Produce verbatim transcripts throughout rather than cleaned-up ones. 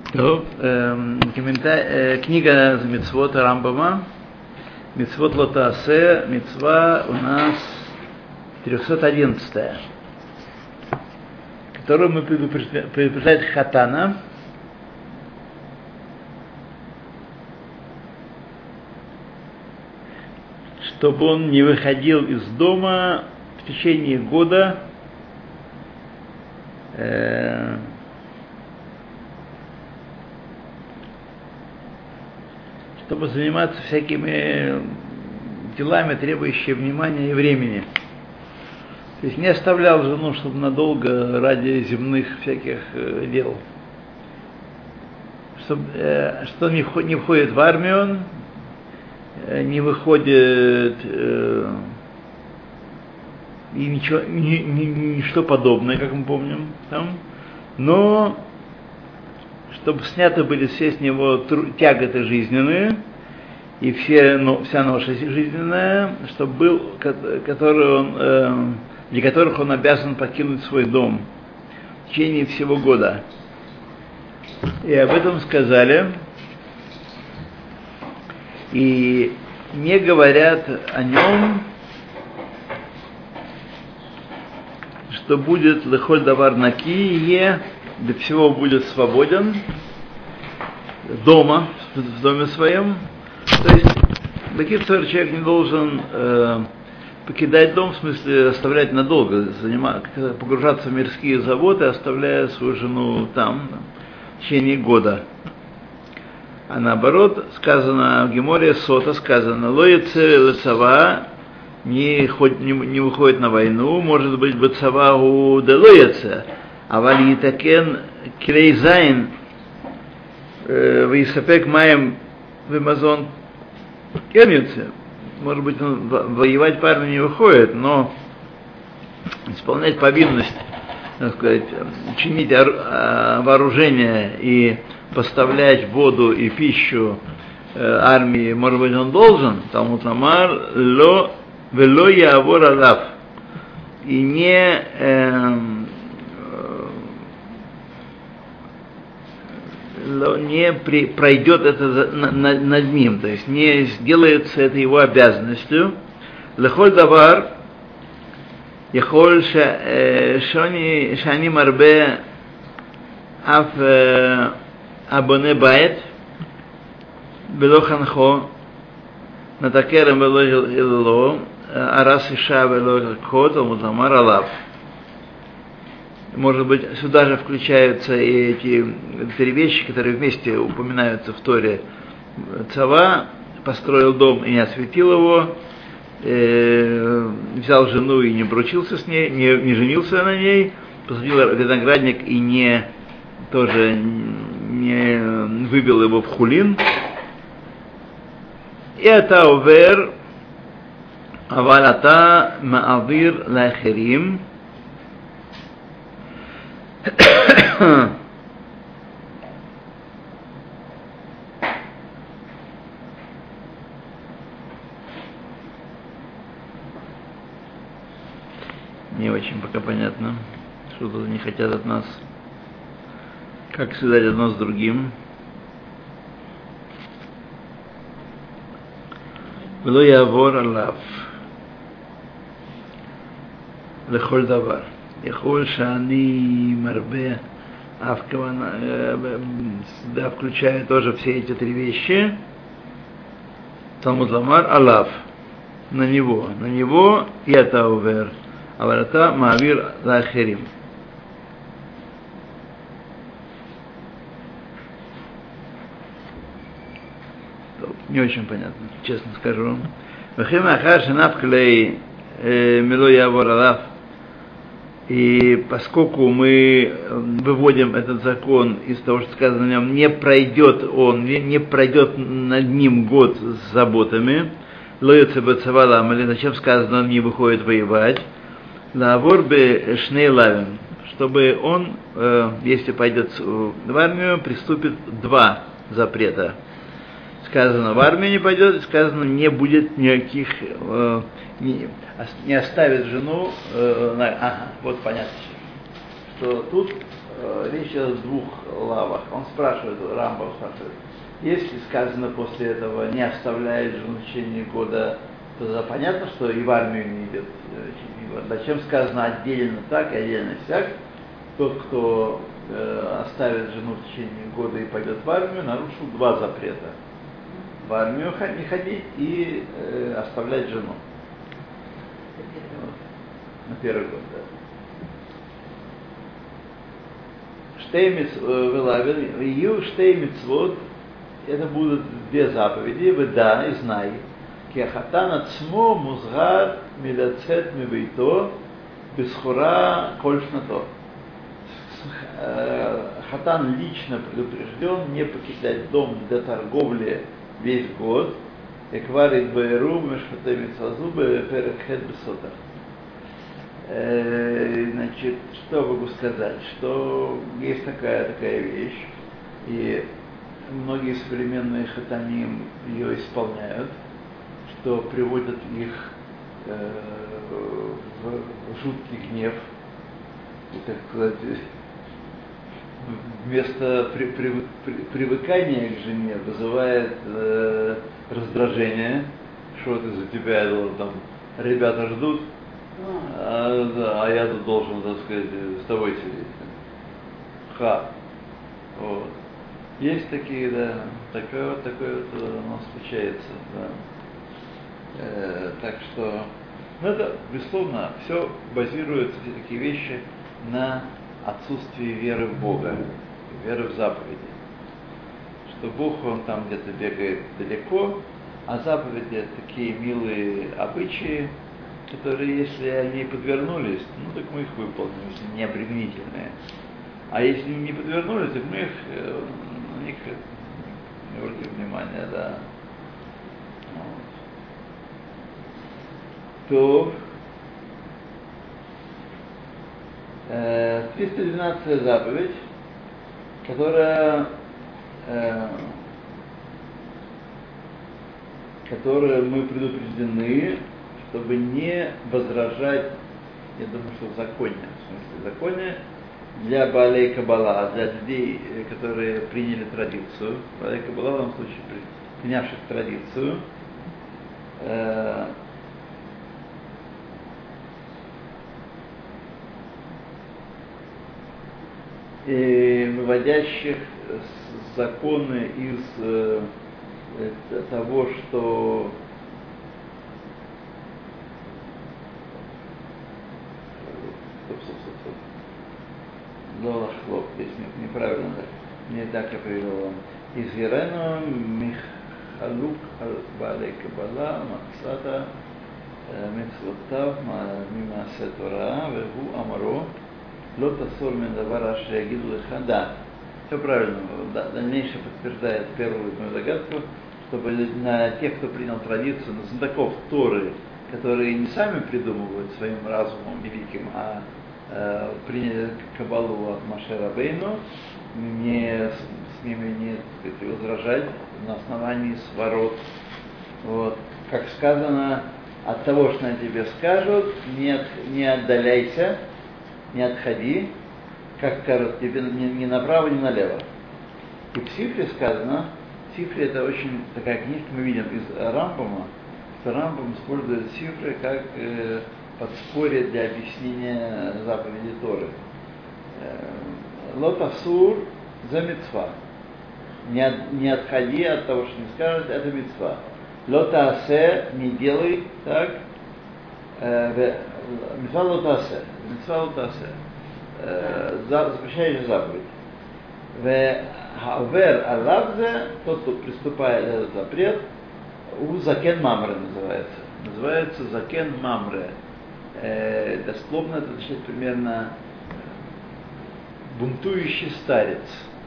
То, эм, коммента- э, книга Мицвот Рамбама, Мицвот Лотаасе, Мицва у нас триста одиннадцатая, которую мы предупреждает Хатана, чтобы он не выходил из дома в течение года, э, чтобы заниматься всякими делами, требующими внимания и времени. То есть не оставлял жену, чтобы надолго ради земных всяких э, дел. Чтобы, э, что не, вход, не входит в армию, э, не выходит э, и ничего, ни, ни, ничто подобное, как мы помним там. Но чтобы сняты были все с него тру- тяготы жизненные и все, ну, вся ноша жизненная, чтобы был, который он, э, для которых он обязан покинуть свой дом в течение всего года. И об этом сказали, и не говорят о нем, что будет лехоль давар накие, для всего будет свободен дома, в доме своем. То есть, таким человек не должен э, покидать дом, в смысле оставлять надолго, занимать, погружаться в мирские заботы, оставляя свою жену там в течение года. А наоборот, сказано в Геморе Сота, сказано, лоице лецава, не, не, не выходит на войну, может быть, бецава у делоице, а валитакен крейзайн висапек маем вимазон кернице. Может быть, он воевать по армии не выходит, но исполнять повинность, так сказать, чинить вооружение и поставлять воду и пищу армии, может быть, он должен. Талмуд омар ло вело яавор алав, и не э, не при, пройдет это на, на, над ним, то есть не сделается это его обязанностью. Лехоль давар яхоль шани шани марбе аф абоне баэт бело ханхо натакерем бело ило арас иша бело кот омутамар алав. Может быть, сюда же включаются и эти три вещи, которые вместе упоминаются в Торе. Цава построил дом и не осветил его, э, взял жену и не бручился с ней, не, не женился на ней, посадил виноградник и не тоже не выбил его в хулин. И это овер авалата маавир лахерим. Не очень пока понятно, что тут не хотят от нас, как связать одно с другим. Вело явор алав лехоль давар. Яхоль шани марбе, а да, включая тоже все эти три вещи. Талмуд омар алав, на него, на него и это овер, а варата маавир лахерим. Не очень понятно, честно скажу. Вахима ахар шенав клей мило явор алав. И поскольку мы выводим этот закон из того, что сказано в нем, не пройдет он, не, не пройдет над ним год с заботами, лоется бацавалам, или зачем сказано, он не выходит воевать, лавор бе шней лавин, чтобы он, э, если пойдет в армию, приступит два запрета. Сказано, в армию не пойдет, сказано, не будет никаких, э, не, не оставит жену, э, на, ага, вот понятно, что тут э, речь идет о двух лавах. Он спрашивает, Рамбам спрашивает, если сказано после этого не оставляет жену в течение года, то тогда понятно, что и в армию не идет. Зачем сказано отдельно так и отдельно сяк? Тот, кто э, оставит жену в течение года и пойдет в армию, нарушил два запрета. В армию не ходить и э, оставлять жену. Вот. На первый год, да. Штеймиц вылавил, ию штеймицвод, это будут две заповеди, вы да и знай. Кехатан ацмо музгар милацет мивейто бесхура кольшнато. Хатан лично предупрежден не покидать дом для торговли весь год. Экварит баэру мешхатэмицазубы перекхет бесотах. Значит, что могу сказать, что есть такая такая вещь, и многие современные хатаним ее исполняют, что приводят их э, в, в жуткий гнев, и, так сказать, вместо при, при, при, привыкания к жене вызывает э, раздражение, что вот из-за тебя там ребята ждут, а, да, а я тут должен, так сказать, с тобой сидеть. Ха. Вот. Есть такие, да, такое вот, такое вот у нас случается, да. Э, так что, ну это, безусловно, все базируется, все такие вещи, на отсутствии веры в Бога, веры в заповеди. Что Бог, он там где-то бегает далеко, а заповеди это такие милые обычаи, которые, если они подвернулись, ну так мы их выполним, если не обременительные. А если не подвернулись, так мы их, на них не обратим внимания, да. Вот. То э, триста двенадцатая заповедь, которая, э, которой мы предупреждены, чтобы не возражать, я думаю, что в законе, в смысле законе, для Баалей Каббала, для людей, которые приняли традицию, Баалей Каббала в данном случае принявших традицию, э, и выводящих законы из э, того, что Лолахлоп, здесь неправильно так, не так я привел. Из Верену Михалук Баалей Каббала Максата Мицвотав Мимасе Тора Вегу Амаро Лот Асор Мендавар Ашер Ягиду Леха. Да, все правильно. Дальнейшее подтверждает первую мою догадку, чтобы на тех, кто принял традицию, на знатоков Торы, которые не сами придумывают своим разумом великим, а э, приняли Каббалу от Моше Рабейну, не с ними не так сказать, возражать на основании сворот. Вот. Как сказано, от того, что на тебе скажут, не, от, не отдаляйся, не отходи, как скажут тебе ни, ни направо, ни налево. И в Сифре сказано, Сифре это очень такая книжка, мы видим из Рамбама, что Рамбам использует Сифры как э, подспорье для объяснения заповеди Торы. Лот асур за мицва. Не, от, не отходи от того, что не скажут, это мицва. Лот асе, не делай так. Мицва лот асе. Мицва лот асе. Запрещающая заповедь. В хаувер алавзе, тот, кто приступает этот запрет, у закен мамре называется. Называется закен мамре. Э, дословно это значит примерно бунтующий старец.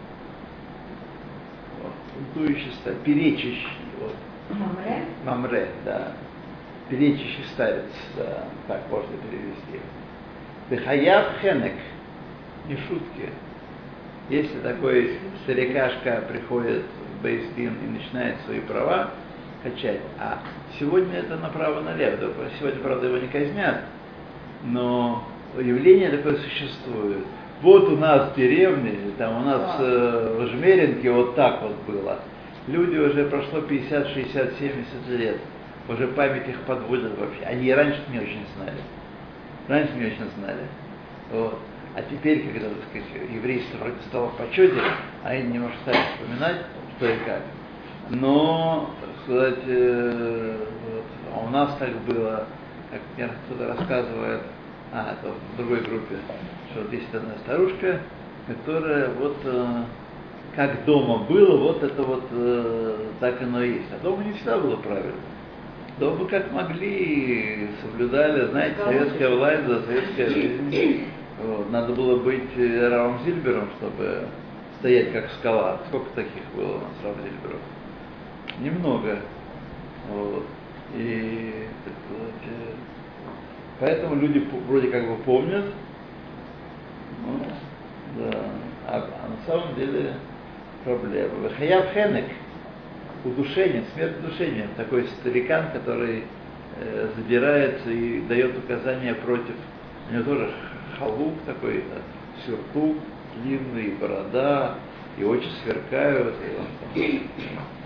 Вот. Бунтующий старец, перечащий. Вот. Мамре? Мамре, да. Перечащий старец, да, так можно перевести. Бехаяв хенек, не шутки. Если такой старикашка приходит в Бейс-Дин и начинает свои права качать, а сегодня это направо-налево, сегодня, правда, его не казнят, но явление такое существует. вот у нас в деревне, там у нас э, в Жмеринке вот так вот было. Люди уже прошло пятьдесят, шестьдесят, семьдесят лет. Уже память их подводит вообще. Они и раньше не очень знали. Раньше не очень знали. Вот. А теперь, когда, так сказать, еврейство вроде стало в почете, они немножко стали вспоминать, что и как. Но, так сказать, э, вот, а у нас так было, как мне кто-то рассказывает, а, это в другой группе, что вот есть одна старушка, которая вот э, как дома было, вот это вот э, так оно и есть. А дома не всегда было правильно. Дома как могли, соблюдали, знаете, советская власть, да, советская жизнь. Вот. Надо было быть Равом Зильбером, чтобы стоять как скала. Сколько таких было у нас Рав Зильберов? Немного. Вот. И так сказать, поэтому люди вроде как бы помнят, ну, да, а, а на самом деле проблема. Хаяв Хенек, удушение, смерть удушения, такой старикан, который э, забирается и дает указания против, у него тоже халук такой, да, сюртук, длинный, борода, и очень сверкают. И он,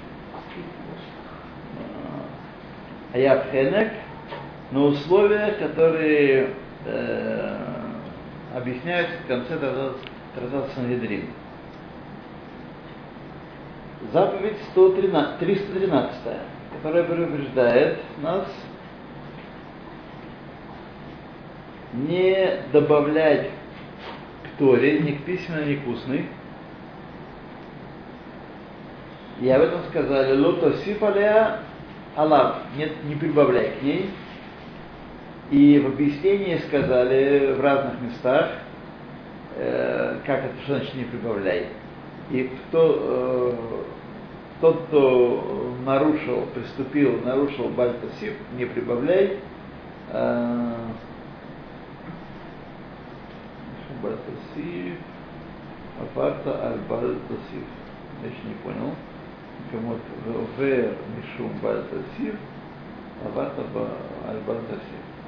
Хаяв Хенек, на условиях, которые э, объясняются в конце Тратата Санхедрин. Заповедь триста тринадцатая, которая предупреждает нас не добавлять к Торе ни к письменной, ни к устной. И об этом сказали «Лото сифалея алав», нет, не прибавляй к ней. И в объяснении сказали в разных местах, э, как это, что значит не прибавляй. И кто, э, тот, кто нарушил, приступил, нарушил бальтасив, не прибавляй. Э, бальтасив, апарта аль бальтасив. Я еще не понял. Кому-то вер мишум бальтасив, апарта аль бальтасив.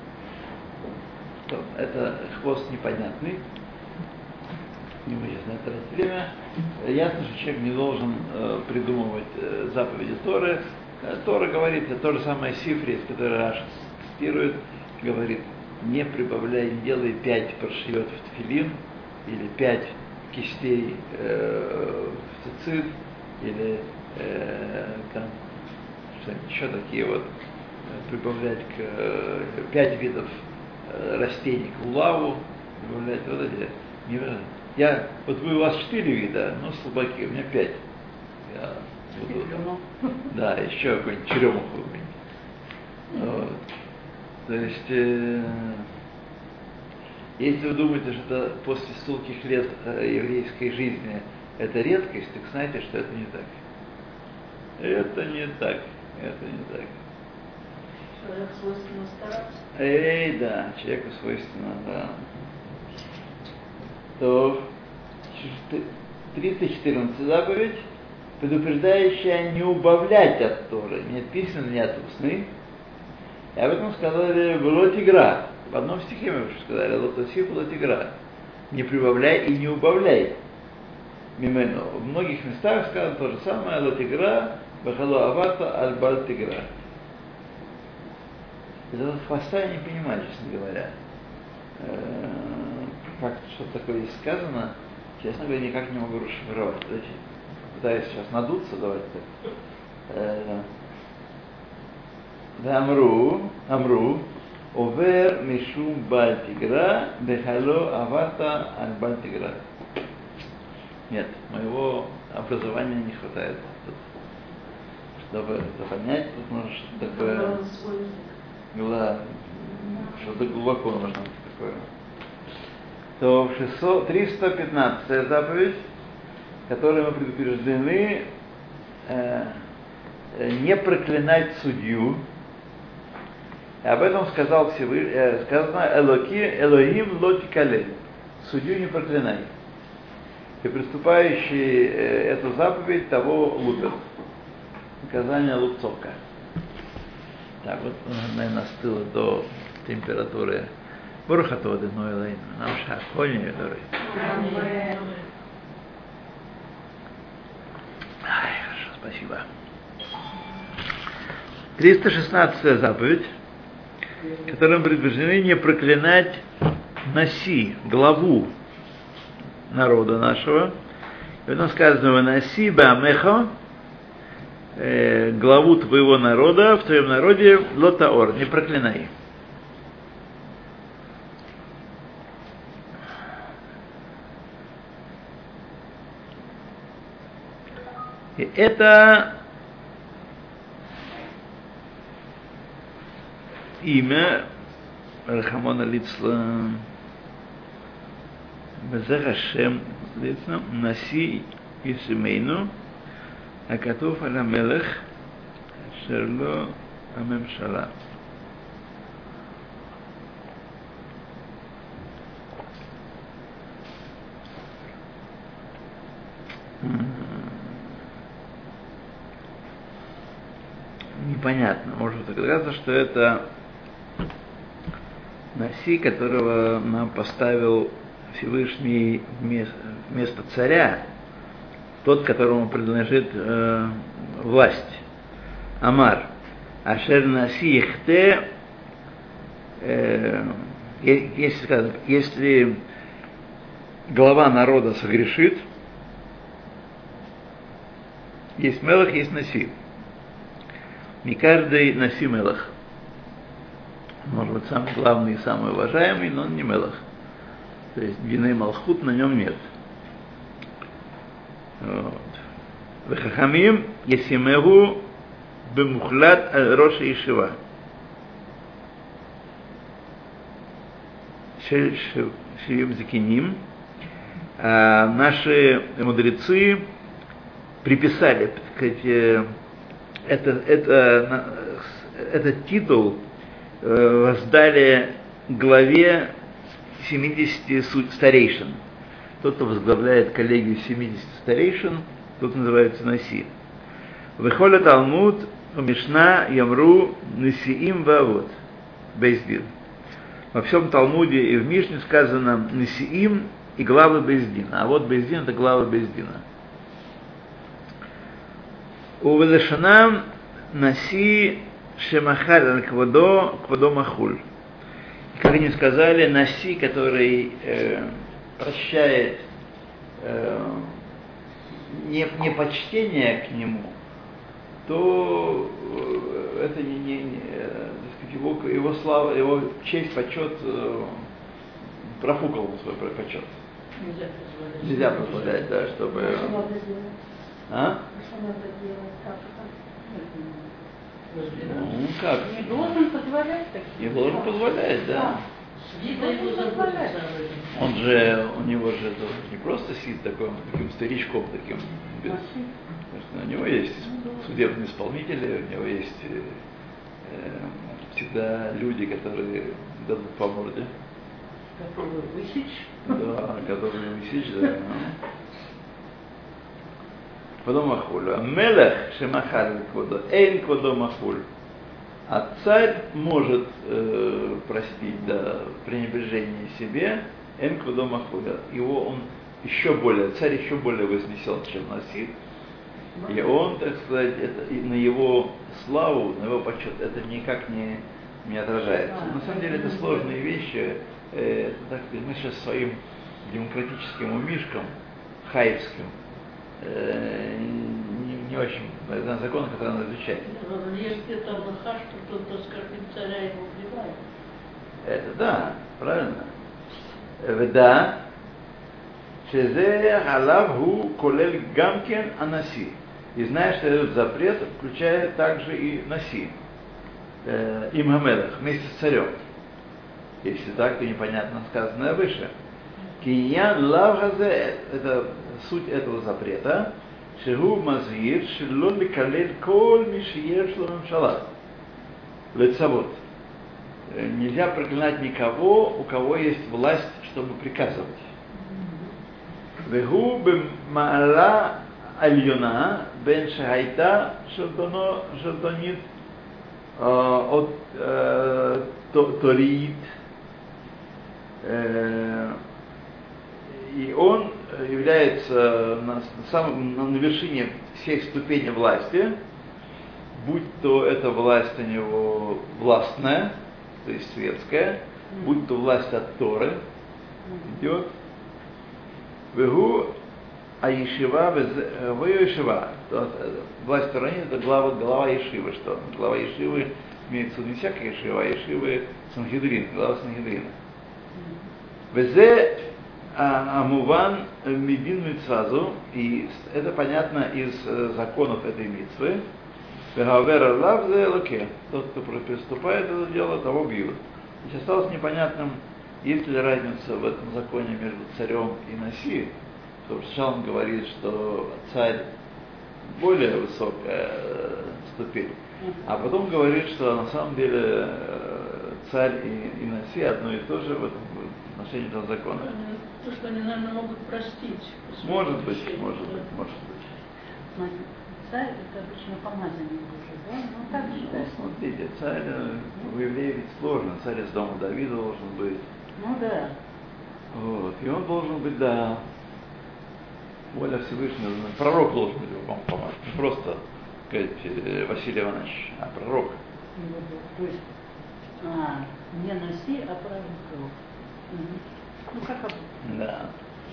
Это хвост непонятный, не мы сейчас на это тратить время. Ясно, что человек не должен э, придумывать э, заповеди Торы. Э, Тора говорит, это то же самое Сифри, который Раш цитирует, говорит, не прибавляй, не делай пять паршиот в тфилин, или пять кистей э, в цицит, или э, там, что-нибудь еще такие вот, э, прибавлять к э, пять видов растений к лулаву, добавлять вот эти. Я, вот вы у вас четыре вида, ну слабаки, у меня пять. Я буду, да, еще какой-нибудь черемуху. Вот. То есть, э, если вы думаете, что это после стольких лет э, еврейской жизни это редкость, так знаете, что это не так. Это не так. Это не так. Человек свойственно стараться. Эй, да, человеку свойственно, да. То триста четырнадцатая заповедь, предупреждающая не убавлять от Торы, не от письменной, не от устной. И об этом сказали в Лотигра. В одном стихе мы уже сказали, Лотосиф, Лотигра. Не прибавляй и не убавляй. Мимену. В многих местах сказано то же самое, Лотигра, Бахало Авата, Аль-Баль Тигра. Из-за хвоста я не понимаю, честно говоря. Как что-то такое здесь сказано, честно говоря, никак не могу расшифровать. Пытаюсь сейчас надуться, давайте так. Да, Амру, Амру, Овер Мишум Бальтигра, Бехало Авата Аль Бальтигра. Нет, моего образования не хватает. Тут, чтобы это понять, тут нужно что-то такое. Да, что-то глубоко нужно такое. То шестьсот, триста пятнадцатая заповедь, которой мы предупреждены э, не проклинать судью. И об этом сказал Всевышний, э, сказано Элоки, Элоим лотикалель. Судью не проклинай. И приступающий э, эту заповедь, того лупят. Наказание лупцовка. Так, вот, наверное, остыло до температуры Борухатоды, но Элейн, нам шаг, поняли, который. Ай, хорошо, спасибо. триста шестнадцатая заповедь, которым предупреждены не проклинать Наси, главу народа нашего. И потом сказано: Наси баамехо, главу твоего народа, в твоем народе лотаор, не проклинай. И это имя Рахамона Лицла Безерашем Лицла Наси Исимейну Акатуф Аля Мелех Шерло Амемшала. Непонятно. Может догадаться, что это Наси, которого нам поставил Всевышний вместо царя, тот, которому принадлежит э, власть. Амар. Ашер Наси Ихте, э, если, сказано, если глава народа согрешит, есть Мелах, есть Наси. Не каждый Наси Мелах. Может быть, самый главный и самый уважаемый, но он не Мелах. То есть Биней Малхут на нем нет. Вехахамим Есимегу Бемухлад Роша Ишива. Шивим Закиним. Наши мудрецы приписали, так сказать, это, это, этот титул воздали главе семидесяти старейшин. Тот, кто возглавляет коллегию семидесяти старейшин, тот называется Наси. Выходит Талмуд, Мишна, Ямру, Несиим Вавот, Бейздин. Во всем Талмуде и в Мишне сказано Несиим и главы Бейздина. А вот Бейздин — это глава Бейздина. У Велешанам Наси Шемахаль Аль-Квадо, Квадо Махуль. Как они сказали, Наси, который э, прощает э, не, не почтение к нему, то э, это не, не, не э, его, его слава, его честь, почет э, профукал свой почет. Нельзя позволять. Нельзя позволять, да, чтобы... А? Ну, как? Не должен позволять такие. Не должен позволять, да. Видно, его позволять. Он же, у него же не просто сидит такой, таким старичком, таким. Без, у него есть судебные исполнители, у него есть э, всегда люди, которые дадут по морде. Которые высечь. Да, которые высечь, да. Квадо Махуль. А Мелех Шемахаль Квадо, Эйн Квадо Махуль. А царь может э, простить, да, пренебрежение себе, Эйн Квадо Махуль. Его он еще более, царь еще более вознесен, чем Наси. И он, так сказать, это, и на его славу, на его почет, это никак не, не отражается. На самом деле это сложные вещи. Э, так сказать, мы сейчас своим демократическим умишкам, хаевским, Не, не очень, это закон, который надо изучать. Если это Аллаха, что тот, скажем, царя его убивает. Это да, правильно. Веда, шезе халаву колель гамкен анаси. И знаешь, что этот запрет включает также и Наси, э, им Гамелех, вместе с царем. Если так, то непонятно сказанное выше. Киян лавгазе, это суть этого запрета, шигу мазир, шилло ликалель коль мишиеш ломамшала. Лецавод. Нельзя проклинать никого, у кого есть власть, чтобы приказывать. Вегу бемаала альона бен шахайта шелдонит от торит Э, и он является на, на, самом, на вершине всей ступени власти, будь то эта власть у него властная, то есть светская, mm-hmm. будь то власть от Торы mm-hmm. идет. Вегу аишива веешива. Власть Торы это глава, глава Ешивы, что глава Ешивы имеется в виду не всякая Ешива, а Ешивы Санхедрин, глава Санхедрина. Везе амуван мидин митцвазу, и это понятно из законов этой митцвы. Вегавера лавзе лаке. Тот, кто приступает это дело, того бьют. Здесь осталось непонятным, есть ли разница в этом законе между царем и наси. Потому что сначала он говорит, что царь более высокая ступень, а потом говорит, что на самом деле царь и, и наси одно и то же в этом отношении этого закона. То, что они, наверное, могут простить. Может быть, может быть, может быть. Царь это обычно помазанник уже, да? Ну так же. Ну, смотрите, царь в евреи ведь сложно. Царь из дома Давида должен быть. Ну да. Вот. И он должен быть, да, воля Всевышнего. Пророк должен быть его помазать. Не просто, сказать, Василий Иванович, а пророк. То есть, а, не носи, а пророк. Угу. Ну как обычно. Да.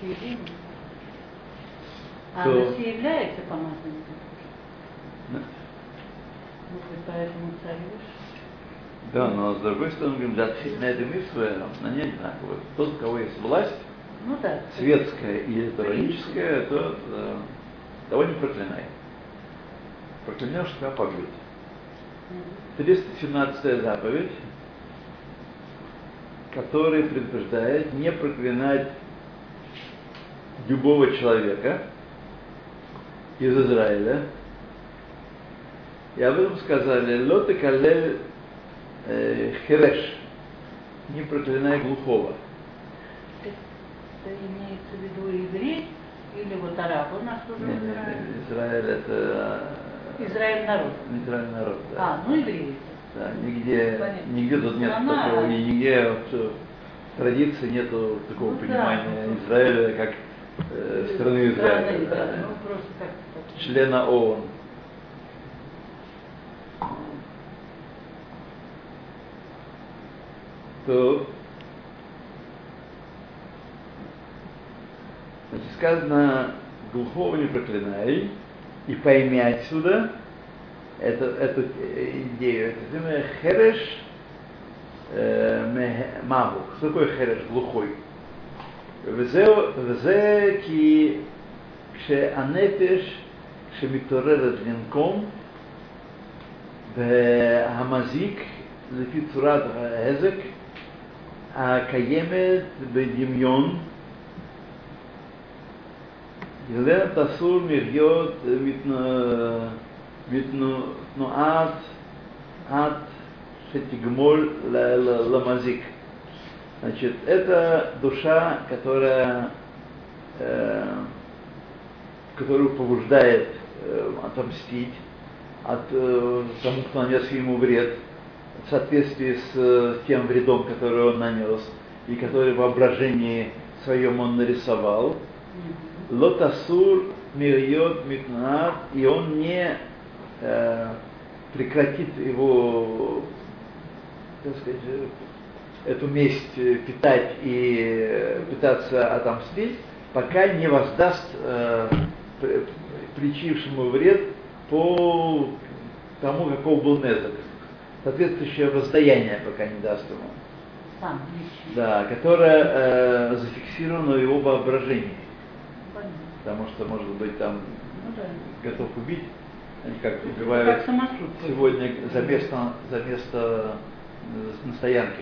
А То... Носи является помазанником? Да. Вот и поэтому царь выше. Да, но с другой стороны, говорим, для относительно этой митцвы они одинаковые. Тот, у кого есть власть, ну, да, светская или тараническая, то э, того не проклинай. Проклянешь, тебя побьют. триста семнадцатая заповедь, которая предупреждает не проклинать любого человека из Израиля. И об этом сказали: «Ло текалель хереш», не проклинай глухого. Это имеется в виду еврей или вот араб? У нас тоже нет, Израиль. Израиль это... Израиль народ. Израиль народ, да. А, ну евреи. Да, нигде, нигде тут нет Она... такого, и нигде в традиции нету такого ну, понимания да, Израиля как э, страны Израиля. Да, да, ну, просто как-то... Члена ООН. То, значит, сказано, глухого не проклинай, и пойми отсюда эту, эту идею. Это хереш э, магу. Что такое хереш? Глухой. וזה כי כשהנפש שמתעוררת לנקום והמזיק לפי צורת ההזק הקיימת בדמיון ילד אסור מריות מתנועת עד שתגמול למזיק. Значит, это душа, которая, э, которую побуждает э, отомстить от э, тому, кто нанес ему вред, в соответствии с э, тем вредом, который он нанес, и который в воображении своем он нарисовал. Лотасур мирьот митнат, и он не э, прекратит его, так сказать, эту месть питать и пытаться отомстить, пока не воздаст э, причинившему вред по тому, каков был незак. Соответствующее воздаяние пока не даст ему. Сам, да, которое э, зафиксировано в его воображении. Понятно. Потому что, может быть, там ну, да. готов убить, они как убивают как сегодня за место, за место на стоянке.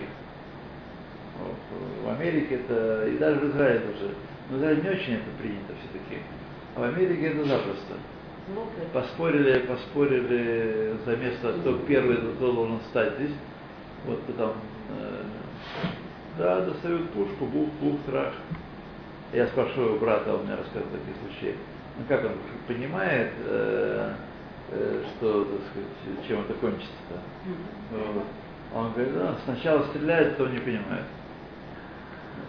В Америке это, и даже в Израиле тоже. Но в Израиле не очень это принято все-таки. А в Америке это запросто. Ну-ка. Поспорили, поспорили за место, кто первый, кто должен стать здесь. Вот потом, э, да, достают пушку, бух, бух, трах. Я спрашиваю у брата, он мне рассказывал такие случаи. Ну как он понимает, э, э, что, так сказать, чем это кончится-то? Mm-hmm. Вот. Он говорит, да, сначала стреляет, потом не понимает.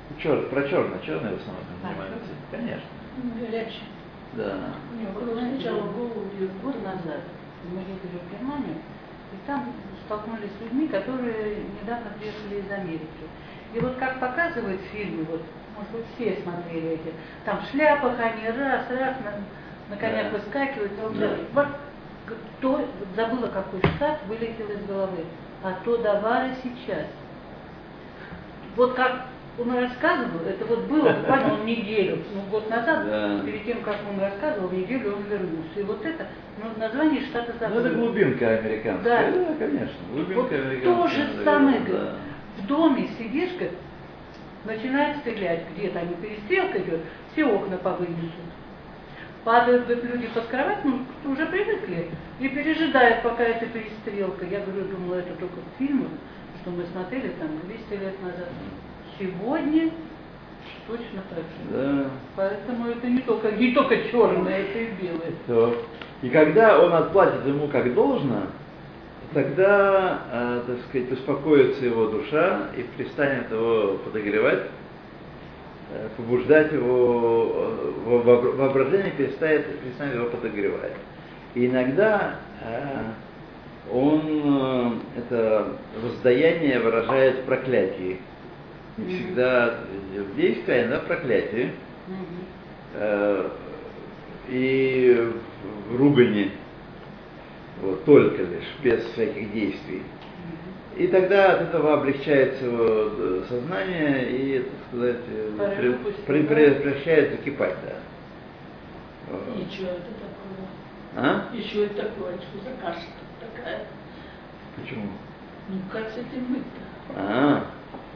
Чер, про черное, черное в основном А, занимаются. Конечно. Горячий. Да. Не, вот сначала голову бьет. Год назад мы ездили в Германию, и там столкнулись с людьми, которые недавно приехали из Америки. И вот как показывают фильмы, вот, может быть, все смотрели эти, там в шляпах они раз, раз, на, на конях Да. выскакивают, а Да. вот, кто, забыла, какой штат, вылетел из головы. А то давали сейчас. Вот как он рассказывал, это вот было буквально он неделю, ну, год назад, Да. перед тем, как он рассказывал, неделю он вернулся. И вот это, ну, название штата Ну, забыла. это глубинка американская. Да. Да, конечно. Глубинка Вот американская. то же да, самое, да. говорит. В доме сидишь, как начинает стрелять, где-то они перестрелка идет, все окна повынесут. Падают, говорит, люди под кровать, ну, уже привыкли, и пережидают, пока это перестрелка. Я говорю, думала, это только в фильмах, что мы смотрели там двести лет назад. Сегодня точно так же. Да. Поэтому это не только, не только черное, это и белое. То. И когда он отплатит ему как должно, тогда, э, так сказать, успокоится его душа и перестанет его подогревать, э, побуждать его, э, воображение перестанет, перестанет его подогревать. И иногда э, он э, это воздаяние выражает в проклятии. Не всегда в действии, а иногда в проклятии. Э, и в ругани. Вот, только лишь, без всяких действий. И тогда от этого облегчается его сознание и, так сказать, при, при, при, прекращает закипать. Да. И что это такое? А? И что это такое? Что за каша такая? Почему? Ну как с этим быть-то? А.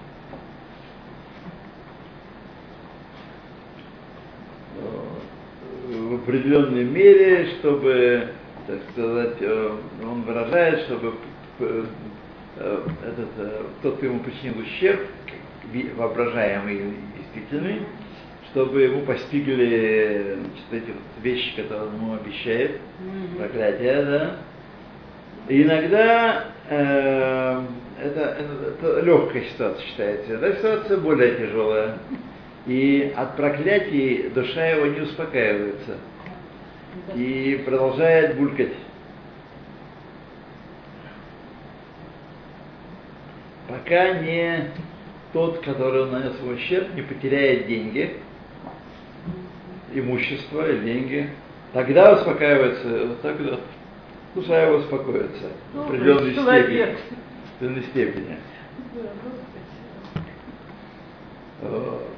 В определенной мере, чтобы, так сказать, он выражает, чтобы этот, тот, кто ему причинил ущерб, воображаемый и действительный, чтобы ему постигли, значит, эти вот вещи, которые он ему обещает, mm-hmm. проклятие, да. И иногда э, это, это, это легкая ситуация считается, эта ситуация более тяжелая. И от проклятий душа его не успокаивается и продолжает булькать. Пока не тот, который нанес ему ущерб, не потеряет деньги, имущество и деньги, тогда успокаивается, тогда душа его успокоится в определенной степени. В определенной степени. Вот.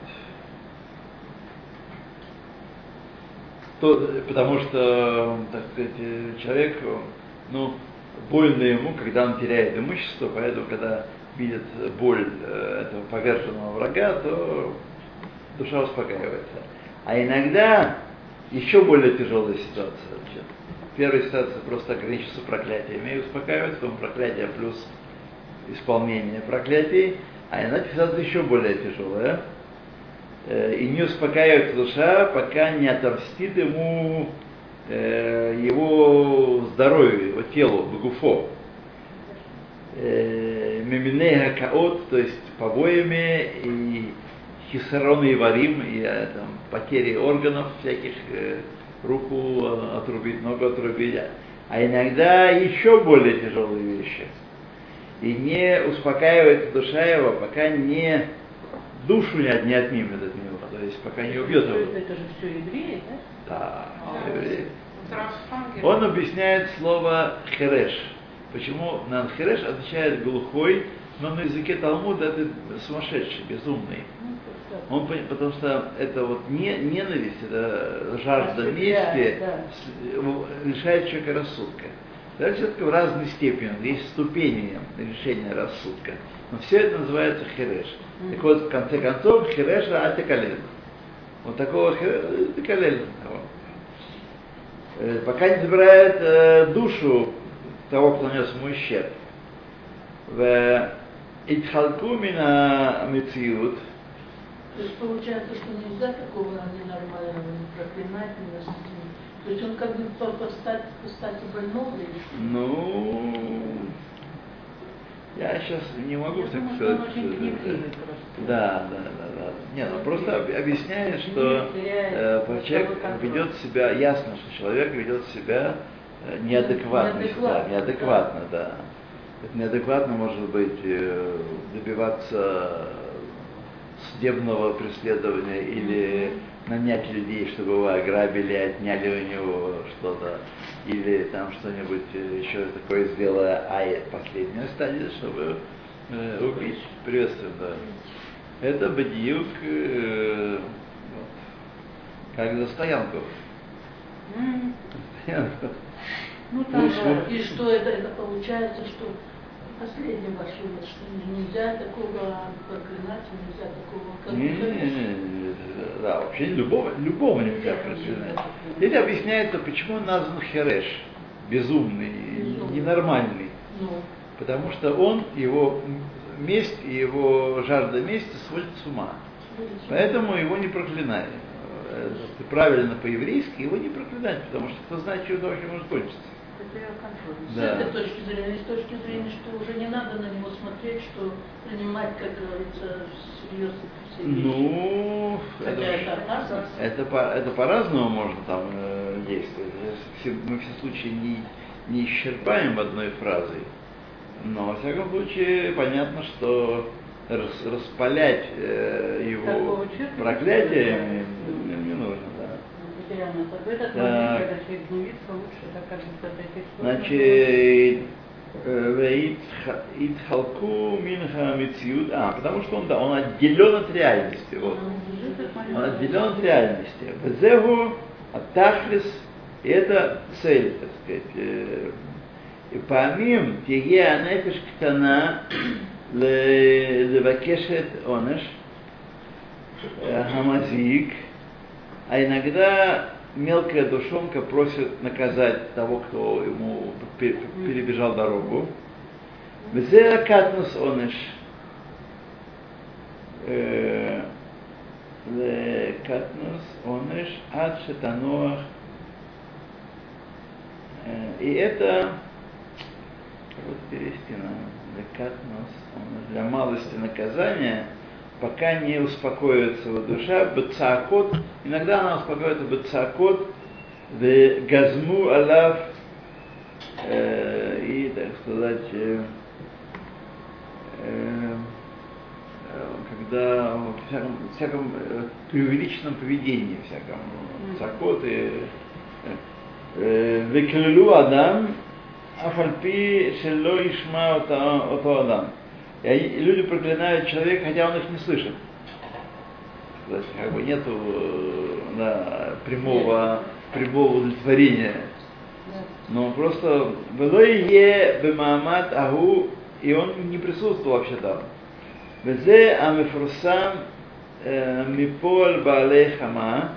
То, потому что, так сказать, человек, ну, больно ему, когда он теряет имущество, поэтому, когда видит боль этого поверженного врага, то душа успокаивается. А иногда еще более тяжелая ситуация. Значит, первая ситуация просто ограничится проклятиями и успокаивается, потом проклятие плюс исполнение проклятий, а иногда ситуация еще более тяжелая. И не успокаивается душа, пока не отомстит ему э, его здоровью, его телу, бегуфо. Меминей хакаот, то есть побоями и хисарон и варим, и там, потери органов всяких, э, руку отрубить, ногу отрубить. А иногда еще более тяжелые вещи. И не успокаивается душа его, пока не душу не отнимет от него, то есть пока не убьет его. Это же все евреи, да? Да, евреи. Он объясняет слово хереш. Почему на хереш означает глухой, но на языке Талмуда это сумасшедший, безумный. Он, потому что это вот не, ненависть, это жажда мести лишает человека рассудка. Да, все-таки в разной степени, есть ступени решения рассудка. Но все это называется хереш. Mm-hmm. Так вот, в конце концов, хереша атекалель. Вот такого атекалель. Пока не забирает э, душу того, кто нанес ему ущерб. В итхалку мина мециют. То есть получается, что нельзя такого ненормального не проклинать, не насудить. То есть он как бы по стати больного или что? Ну, Я сейчас не могу Я так думаю, сказать. что он очень гневливый просто. Да, да, да, да. Нет, он просто об- объясняет, что э, человек ведет себя, ясно, что человек ведет себя э, неадекватно, Неадекватно, да, неадекватно, да. Это неадекватно может быть э, добиваться судебного преследования или нанять людей, чтобы его ограбили, отняли у него что-то, или там что-нибудь еще такое сделая, а и последняя стадия, чтобы э, убить. Приветствуем, да. Это бадьюк, э, вот, как за стоянку. М. Стоянку. Ну, там, Уж да. вот- И что это, это получается, что последний ваш вывод, что нельзя такого проклинать, нельзя такого как Не, не, не, не, да, вообще любого, любого нельзя проклинать. Здесь объясняется, почему он назван Хереш, безумный, Безумный. ненормальный. Ну, Потому что он, его месть и его жажда мести сводит с ума. Поэтому его не проклинай. Э, Правильно по-еврейски его не проклинать, потому что кто знает, чем это вообще может кончиться. Это я контроль. с Да. этой точки зрения, с точки зрения, что уже не надо на него смотреть, что принимать, как говорится, всерьез все вещи. Ну, Хотя это, это опасно. это, по, это по-разному можно там э, действовать. Все- Мы все случаи не, не исчерпаем одной фразой. Но, во всяком случае, понятно, что рас- распалять э, его Такого человека проклятиями не не, не нужно, да. Прямо. В этот Так. момент, когда человек гневится, лучше так как бы от этих слов. Значит, э, Итхалку Минха Мициюд, а, потому что он, да, он отделен от реальности. Вот. Он отделен от реальности. Везегу, Атахлис, и это цель, так сказать. э, И помим тиге анефиш ктана левакешет онеш хамазик, а иногда мелкая душонка просит наказать того, кто ему пе- перебежал дорогу. Везе катнус онеш. Э, Катнус онеш ад шетануах. Э, И это, как вот перевести на лекатнус, для малости наказания, пока не успокоится его душа, бацаакот, иногда она успокоится бацаакот, в газму алав, э, и, так сказать, э, э, когда в всяком, всяком э, преувеличенном поведении, всяком цакот и векелю адам, афальпи шелло ишма ото адам. И они- и люди проклинают человека, хотя он их не слышит. Сказать, как бы нету э, да, прямого, прямого удовлетворения. Но просто «Велое бемаамат агу», и он не присутствовал вообще там. «Везе амефурсам мипол баалей хама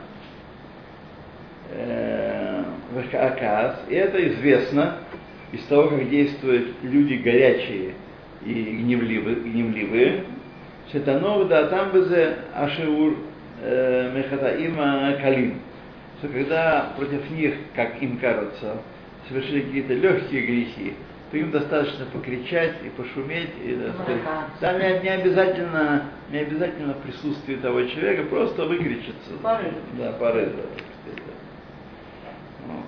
векаакас», и это известно из того, как действуют люди горячие и гневливые, гневливые. «Шетанов да там безе ашеур мехатаима калим», что когда против них, как им кажется, совершили какие-то легкие грехи, то им достаточно покричать и пошуметь, и, так сказать, да, не, не обязательно, не обязательно в присутствии того человека, просто выкричаться. Порыв. Да, порыв, да, так сказать, да. Вот.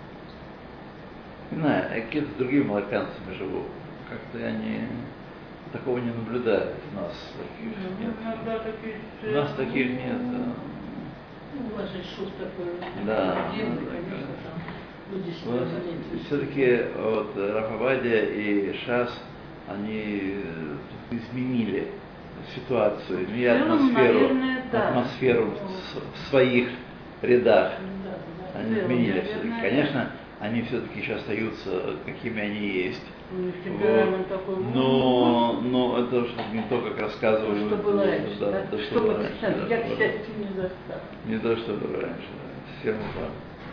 Не знаю, я какими-то другими молоканцами живу. Как-то я не, такого не наблюдаю. У нас таких нет. Иногда такие... У нас таких нет. Да. Ну, у вас же шут такой. Да, дивный, да, конечно, да. там люди с ним заметили. Все-таки вот Рафабадия и Шас, они э, изменили ситуацию, и В целом, атмосферу, наверное, да. атмосферу в, в своих рядах. Да, да. Они В целом, изменили наверное, все-таки. да. Конечно, они все-таки еще остаются, какими они есть. У них темперамент такой. Но, но это уж не то, как рассказывают. Что было раньше, да, да? то, Что что было было раньше. раньше, да, я, к было. счастью, не застал. Не то, что было раньше. Да. Всем так.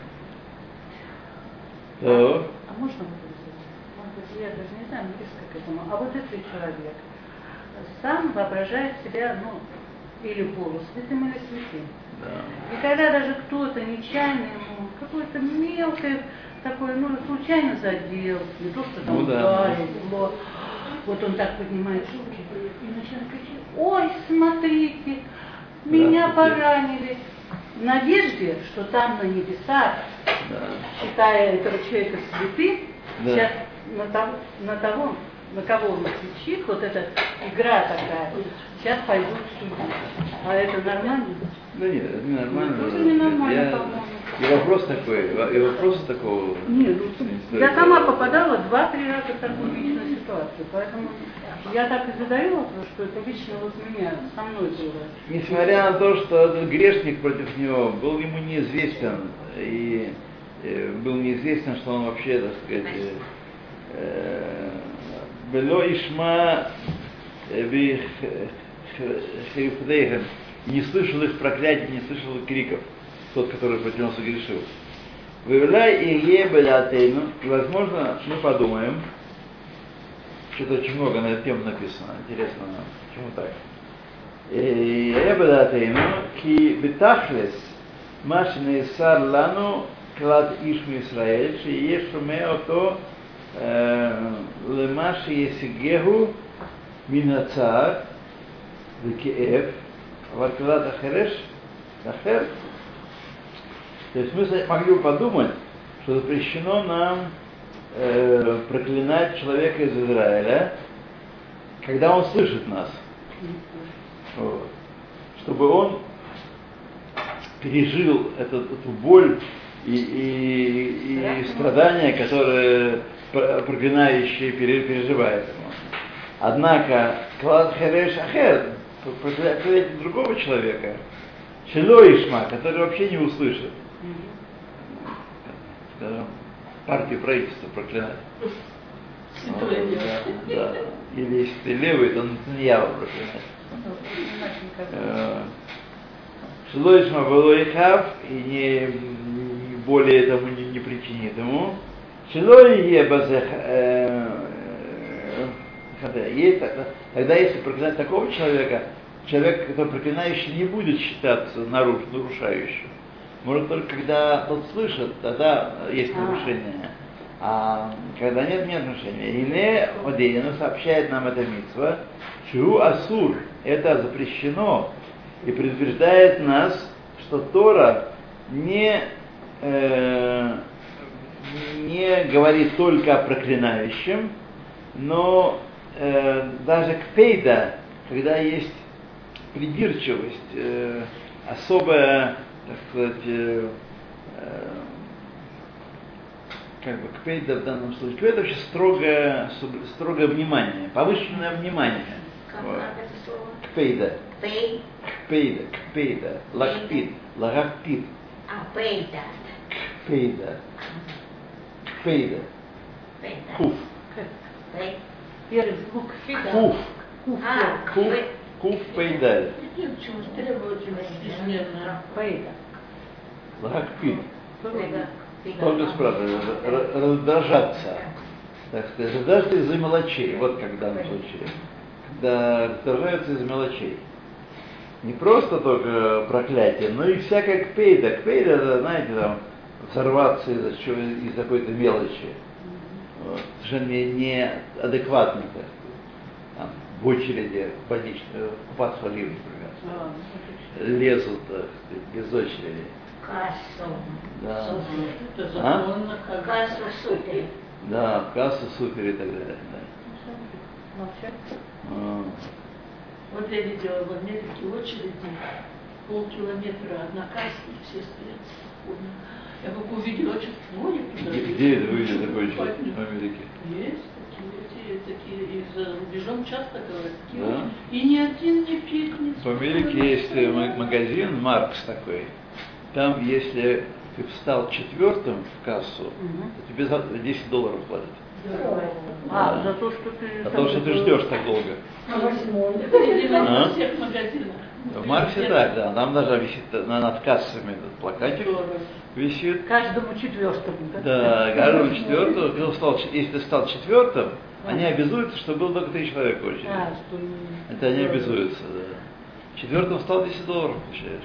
Так. А можно выразить? Может быть, я даже не знаю, близко к этому. А вот этот человек сам воображает себя, ну, или полусвятым, или святым. Да. И когда даже кто-то нечаянно ему какой-то мелкий такой, ну, случайно задел, не то, что там Ну да. ударил, зло, Вот он так поднимает руки и начинает кричать: ой, смотрите, меня поранили. В надежде, что там на небесах, Да. считая этого человека святым, Да. сейчас на того, на того, на кого он кричит, вот эта игра такая, сейчас пойдут судьи. А это нормально? Да нет, это ненормально. Тоже ненормально, Я... по-моему. И вопрос такой, и вопрос такого... Нет, ну, не я стоит. сама попадала два-три раза в такую личную ситуацию, поэтому я так и задаю вопрос, что это лично вот меня, со мной было. Несмотря на то, что этот грешник против него был ему неизвестен, и э, был неизвестен, что он вообще, так сказать, «Вело ишма би хрифтейхем», не слышал их проклятий, не слышал их криков, тот, который против него согрешил. «Выявляй и ебелятейну», и, возможно, мы подумаем, что-то очень много на эту тему написано, интересно, почему так. «Ебелятейну, ки бетахлес, маши нейсар лану, клад ишму Исраэль, шиеш шумео то лемаши есигеху мин хацаар векеэв, ваклад ахереш, ахер». То есть мы могли бы подумать, что запрещено нам э, проклинать человека из Израиля, когда он слышит нас. Вот. Чтобы он пережил этот, эту боль и, и, и страдания, которые проклинающий переживает ему. Однако, клад хереш ахер, проклятие другого человека, шело ишма, который вообще не услышит. Скажем, партию правительства проклинать. Вот, да, да. Или если ты левый, то Нетаньяху проклинать. Шелоишма Балоихав, и не, не более этому не, не причинит ему. Шелоие Базех, тогда если проклинать такого человека, человек, который проклинающий, не будет считаться наруш, нарушающим. Может, только когда тот слышит, тогда есть нарушение. А когда нет, нет нарушения. Ине Одейну сообщает нам это мицва, Шу Асур, это запрещено, и предупреждает нас, что Тора не, э, не говорит только о проклинающем, но э, даже к пейда, когда есть придирчивость, э, особая, так сказать, э, э, как бы кпейда в данном случае, кпейда вообще строгое, строгое внимание, повышенное внимание. Как Вот. это слово? Кпейда. Пей. Кпейда, кпейда, лакпид, лагакпид. А, пейда. Кпейда. Кпейда. Пейда. Куф. Пей. Первый звук фида. Куф. А, Куф. пей. Куф пейдаль. Почему требовательность чрезмерная? Пейда. Лагакпид. Пейда. Только спрашиваю, раздражаться. Так сказать, раздражаться из-за мелочей. Вот как в данном случае. Когда раздражаются из-за мелочей. Не просто только проклятие, но и всякое кпейда. Кпейда, это, знаете, там, взорваться из-за, из какой-то мелочи. Вот. Совершенно неадекватно, так сказать. Там, в очереди в больничную, купаться в ливне, например. Лезут, так сказать, без очереди. Кассу. Да. Это А? законно, как Кассу супер. Да, в кассу супер и так далее. Да. Молчать. А. Вот я видела в Америке очереди полкилометра, одна касса, и все стоят спокойно. Я как увидела, что двое туда. Где, где это вы видели такой человек в Америке? Есть такие, такие, и за рубежом часто говорят, такие Да? очереди. И ни один не пикнет. В Америке есть э, м- магазин Маркс такой. Там, если ты встал четвертым в кассу, Мгм. то тебе за десять долларов платят. А, Да. за то, что ты... За то, что ты ждешь так долго. Это, видимо, А? во всех магазинах. В Марксе так, да. Там даже висит на- над кассами этот плакатик Здорово. висит. Каждому четвертому, да? Да, каждому четвертому, когда стал, ч- если ты стал четвертым, они обязуются, что было только три человека в очереди. А, что... Это они обязуются, да. Четвертым стал десять долларов получаешь.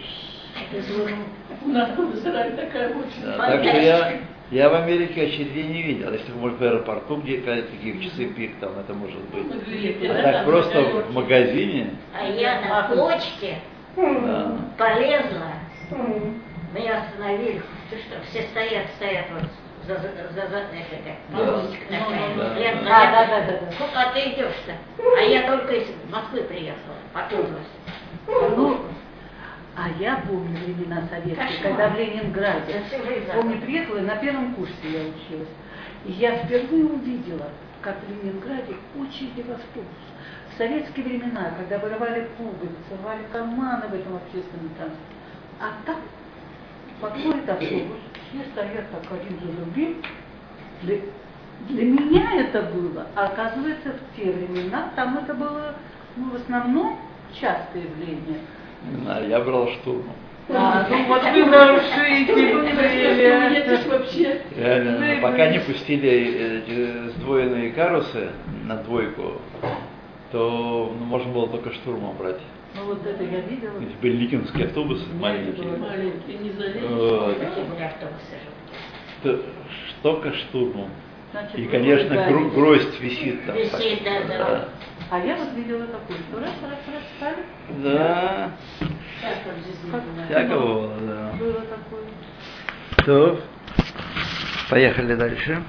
Это звук. У нас в Израиле такая очень. Да, так что я, я в Америке очередей не видел. Если, может, в аэропорту, где такие часы пик, там это может быть. А так просто в магазине. А я на почте Да. полезла. Меня остановили. Ты что, все стоят, стоят вот за, за, за, за это, как, полосочка такая. Да. Лента, Да, лента. да, да, да, да. Сколько ты идешь-то? А я только из Москвы приехала, потупилась. Ну, а я помню времена советские, Кошмар. когда в Ленинграде, Я всю жизнь помню, забыла. приехала, и на первом курсе я училась. И я впервые увидела, как в Ленинграде очереди в автобус. В советские времена, когда вырывали пуговицы, рвали карманы в этом общественном транспорте. А там подходит автобус, все стоят так один за другим. Для, для меня это было, а оказывается, в те времена там это было, ну, в основном частое явление. Не знаю, я брал штурмом. А, ну вот вы нарушители Это ж были. вообще. Реально, Вы но пока были. не пустили эти сдвоенные карусы на двойку, то ну, можно было только штурмом брать. Ну вот это я видела. Эти были ликинские автобусы Нет, маленькие. это было- Маленькие, не залезешь. Вот. Какие были автобусы же? То- Только штурмом. Значит, И, вы конечно, хулиганили. гро- гроздь висит там. Висит, так, да, да. А я вот видела такое, что раз, раз, раз, стали. Да, Всякое в жизни Как- бывает. всякого было, да. Было такое. То, поехали дальше.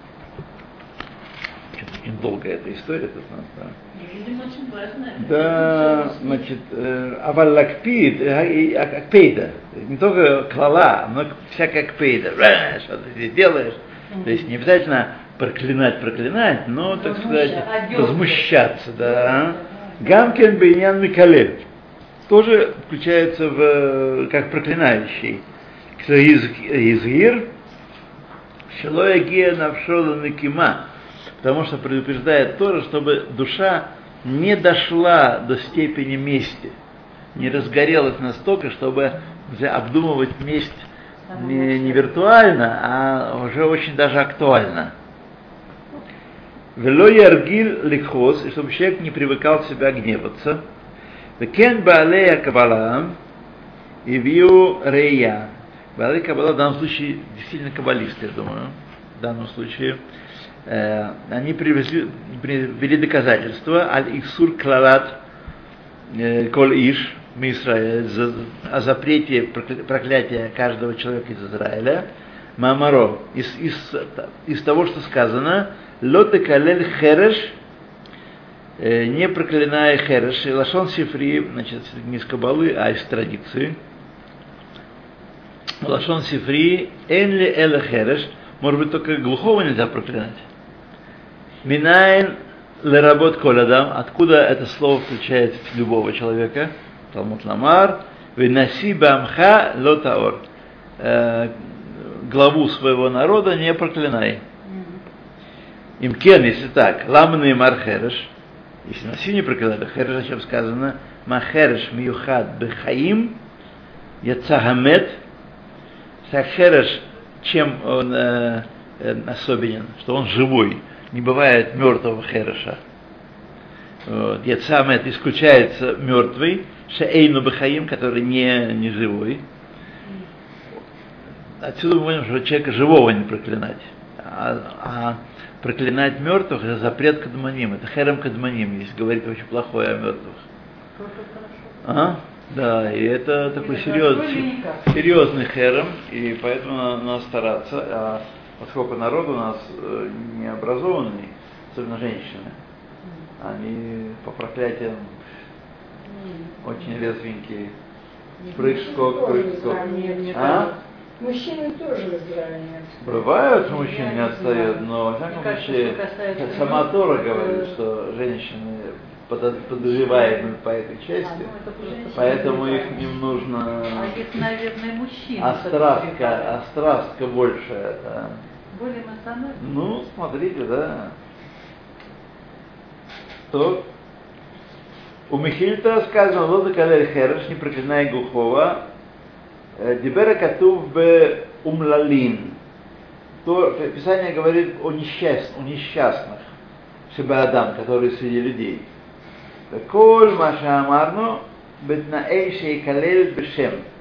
Что-то очень долгая эта история тут у нас, да. Видимо, очень важно. Да, значит, э, аваллакпид, акпейда, не только клала, но всякая акпейда, что ты здесь делаешь, то есть не обязательно проклинать, проклинать, но, так сказать, Возмущаться. возмущаться, да. Гамкин бейнян микалель тоже включается в, как проклинающий. Изгир, шелоя гия навшола накима, потому что предупреждает тоже, чтобы душа не дошла до степени мести, не разгорелась настолько, чтобы обдумывать месть не, не виртуально, а уже очень даже актуально. Вело яргиль ликхоз, и чтобы человек не привыкал себя гневаться. Векен баалея кабала и виу рея. Баалея кабала в данном случае действительно каббалисты, я думаю, в данном случае. Э, они привезли, привели доказательства аль-иксур клалат э, коль иш мисраэль о запрете проклятия каждого человека из Израиля. Маамаро, из, из, из того, что сказано, лоте калель хереш, не проклиная хереш, и лашон сифри, значит, не из кабалы, а из традиции. Лашон сифри, энли эла хереш, может быть, только глухого нельзя проклинать. Минайн леработ колядам, откуда это слово включает любого человека. Талмуд ламар, венаси бамха лотаор. Главу своего народа не проклинай. Имкен, если так, ламный мархереш, если наси не проклинай, хереш, о чем сказано, махереш миюхад бехаим, яцахамет, хереш, чем он э, э, особенен, что он живой, не бывает мертвого хереша. Вот. Яцахамет исключается мертвый, шеэйну бехаим, который не, не живой. Отсюда мы понимаем, что человека живого не проклинать, а, а проклинать мертвых — это запрет кадманим, это херем кадманим, если говорить очень плохое о мертвых. А? Да, и это такой серьезный, серьезный херем, и поэтому надо, надо стараться, а поскольку народ у нас необразованный, особенно женщины, они по проклятиям очень резвенькие. Прыг-скок, прыг-скок. А? Мужчины тоже в Израиле. Бывают, что мужчины не отстают, но во всяком кажется, случае, что касается сама Тора мужчин, говорит, э, что женщины подо- подозреваемы по этой части, А, ну, это просто поэтому женщины, их да. им нужно А их, наверное, мужчины. острастка, острастка больше. Да. Более эмоционально. Ну, смотрите, да. То у Михильта сказано, лода калель хереш, не проклинай глухого, дибера катув бе умлалин. То Писание говорит о несчастных, о несчастных, шебаадам, которые среди людей. Коль маша амарну бетнаэй шейкалель бешем.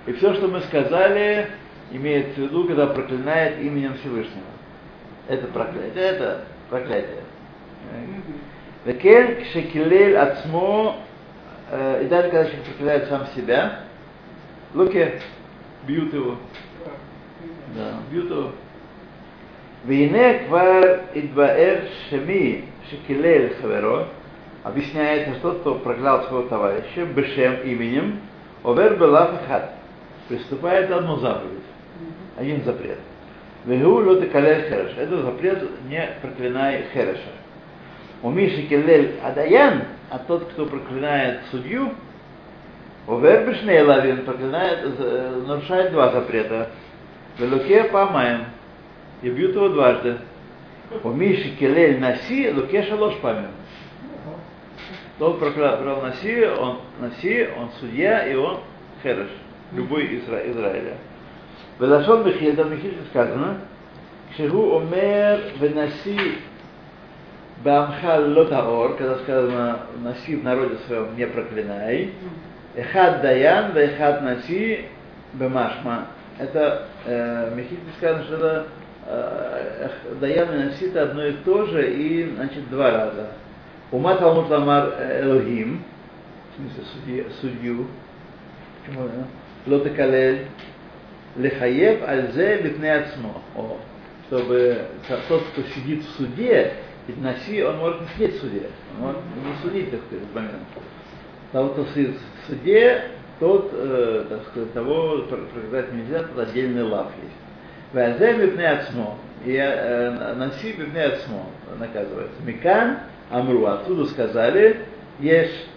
И все, что мы сказали, имеется в виду, когда проклинает именем Всевышнего. Это проклятие. Это проклятие. Векен кшекилель ацмо, и даже когда человек проклинает сам себя, луке, бьют его. Да, бьют его. Вейне квар идбаэр шеми шекилель хаверо, объясняется, что тот, кто проклял своего товарища, бешем именем, овер белаф хат, приступает одну заповедь, один запрет. Вегу лоты калель хереш, это запрет не проклинай хереша. У Миши келель адаян, а тот, кто проклинает судью, овер бешней лавин, проклинает, нарушает два запрета. Велуке памаем, и бьют его дважды. У Миши келель наси, луке шалош памем. Тот проклял Наси, он Наси, он судья, и он хереш, любой из Изра- Израиля. Велашон Михиль, там Михиль сказано, Кшигу омер венаси бамхал лотаор, когда сказано Наси в народе своем не проклинай, эхад даян, вехад Наси бемашма. Это э, Михиль сказано, что это э, даян и Наси это одно и то же, и значит два раза. Ума Талмуд Ламар Элохим, в смысле судья, судью, Лоте Калель, Лехаев Альзе Бифней Ацмо, чтобы тот, кто сидит в суде, ведь Наси, он может не сидеть в суде, он может не судить, так сказать, в момент. Того, кто сидит в суде, тот, э, так сказать, того проклинать нельзя, тут отдельный лав есть. Альзе Бифней Ацмо, и э, Наси Бифней Ацмо наказывается. Микан Амру, отсюда сказали, есть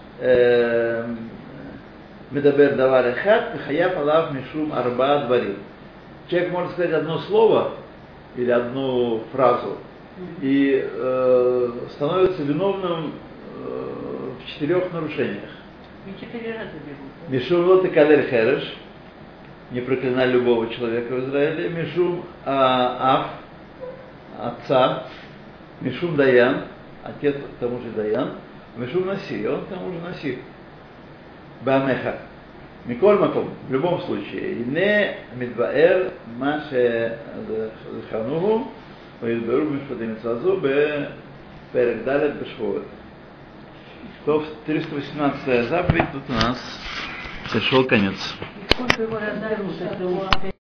медабер давар эхад, хаяф алав мишум арба дварим. Человек может сказать одно слово или одну фразу и э, становится виновным э, в четырех нарушениях. И четыре раза берут. Мишум лоте калер хереш, не проклинай любого человека в Израиле. Мишум а, аф, отца. Мишум даян, отец к тому же даян. Мишум наси, он к тому же наси. Бамеха. Миколь маком, в любом случае. Не мидбаэр маше захануху, ваидберу мишпатим цазу бе перек далет бешвуот. То триста восемнадцатая заповедь, тут у нас пришел конец. Сколько его разберут,